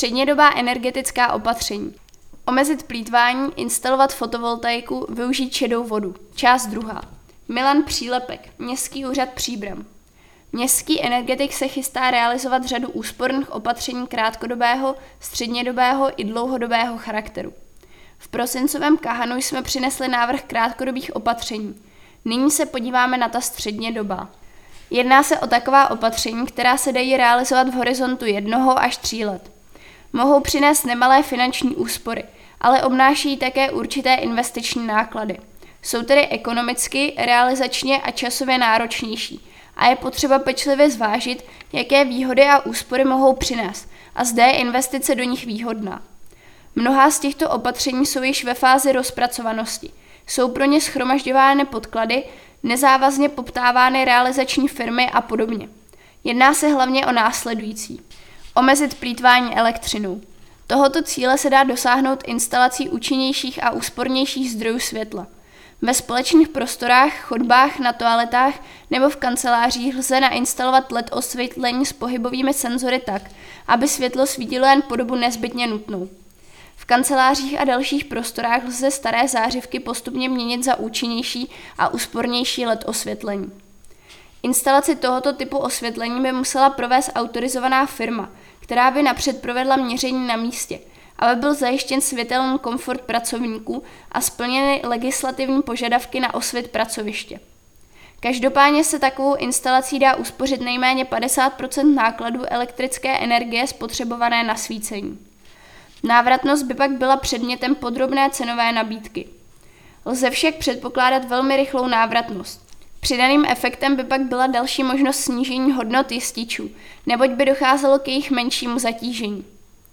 Střednědobá energetická opatření. Omezit plýtvání, instalovat fotovoltaiku, využít šedou vodu. Část 2. Milan Přílepek, Městský úřad Příbram. Městský energetik se chystá realizovat řadu úsporných opatření krátkodobého, střednědobého i dlouhodobého charakteru. V prosincovém Kahanu jsme přinesli návrh krátkodobých opatření. Nyní se podíváme na ta střednědobá. Jedná se o taková opatření, která se dají realizovat v horizontu 1 až 3 let. Mohou přinést nemalé finanční úspory, ale obnášejí také určité investiční náklady. Jsou tedy ekonomicky, realizačně a časově náročnější a je potřeba pečlivě zvážit, jaké výhody a úspory mohou přinést a zda je investice do nich výhodná. Mnohá z těchto opatření jsou již ve fázi rozpracovanosti. Jsou pro ně shromažďovány podklady, nezávazně poptávány realizační firmy a podobně. Jedná se hlavně o následující. Omezit plýtvání elektřinou. Tohoto cíle se dá dosáhnout instalací účinnějších a úspornějších zdrojů světla. Ve společných prostorách, chodbách, na toaletách nebo v kancelářích lze nainstalovat LED osvětlení s pohybovými senzory tak, aby světlo svítilo jen po dobu nezbytně nutnou. V kancelářích a dalších prostorách lze staré zářivky postupně měnit za účinnější a úspornější LED osvětlení. Instalaci tohoto typu osvětlení by musela provést autorizovaná firma, která by napřed provedla měření na místě, aby byl zajištěn světelný komfort pracovníků a splněny legislativní požadavky na osvět pracoviště. Každopádně se takovou instalací dá uspořit nejméně 50% nákladů elektrické energie spotřebované na svícení. Návratnost by pak byla předmětem podrobné cenové nabídky. Lze však předpokládat velmi rychlou návratnost. Přidaným efektem by pak byla další možnost snížení hodnot jističů, neboť by docházelo k jejich menšímu zatížení.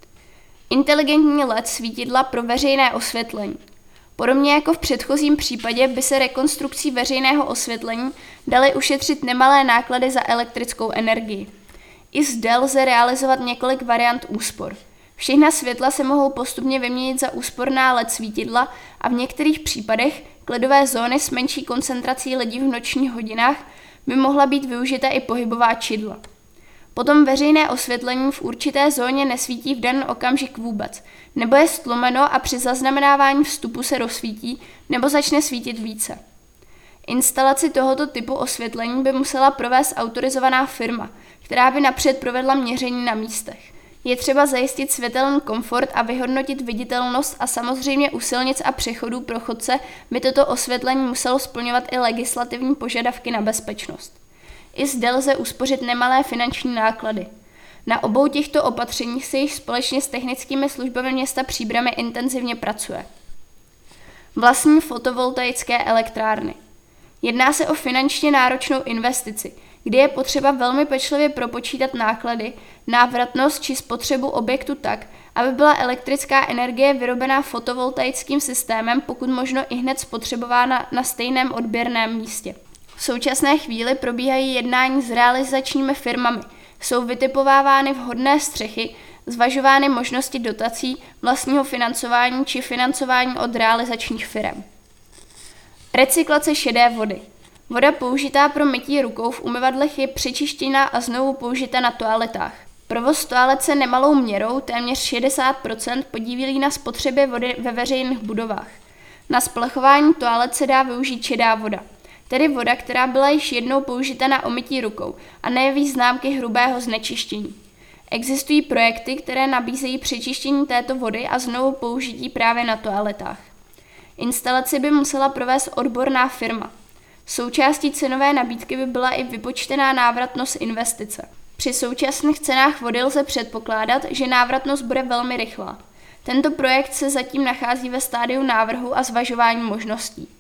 Inteligentní LED svítidla pro veřejné osvětlení. Podobně jako v předchozím případě by se rekonstrukcí veřejného osvětlení daly ušetřit nemalé náklady za elektrickou energii. I zde lze realizovat několik variant úspor. Všechna světla se mohou postupně vyměnit za úsporná LED svítidla a v některých případech klidové zóny s menší koncentrací lidí v nočních hodinách by mohla být využita i pohybová čidla. Potom veřejné osvětlení v určité zóně nesvítí v daný okamžik vůbec, nebo je stlumeno a při zaznamenávání vstupu se rozsvítí nebo začne svítit více. Instalaci tohoto typu osvětlení by musela provést autorizovaná firma, která by napřed provedla měření na místech. Je třeba zajistit světelný komfort a vyhodnotit viditelnost a samozřejmě u silnic a přechodů pro chodce by toto osvětlení muselo splňovat i legislativní požadavky na bezpečnost. I zde lze uspořit nemalé finanční náklady. Na obou těchto opatřeních se již společně s technickými službami města Příbramy intenzivně pracuje. Vlastní fotovoltaické elektrárny. Jedná se o finančně náročnou investici, kdy je potřeba velmi pečlivě propočítat náklady, návratnost či spotřebu objektu tak, aby byla elektrická energie vyrobená fotovoltaickým systémem pokud možno ihned spotřebována na stejném odběrném místě. V současné chvíli probíhají jednání s realizačními firmami, jsou vytipovávány vhodné střechy, zvažovány možnosti dotací, vlastního financování či financování od realizačních firem. Recyklace šedé vody. Voda použitá pro mytí rukou v umyvadlech je přečištěna a znovu použita na toaletách. Provoz toalet se nemalou měrou, téměř 60%, podílí na spotřebě vody ve veřejných budovách. Na splechování toalet se dá využít šedá voda, tedy voda, která byla již jednou použita na omytí rukou a nejeví známky hrubého znečištění. Existují projekty, které nabízejí přečištění této vody a znovu použití právě na toaletách. Instalaci by musela provést odborná firma. Součástí cenové nabídky by byla i vypočtená návratnost investice. Při současných cenách vody lze předpokládat, že návratnost bude velmi rychlá. Tento projekt se zatím nachází ve stádiu návrhu a zvažování možností.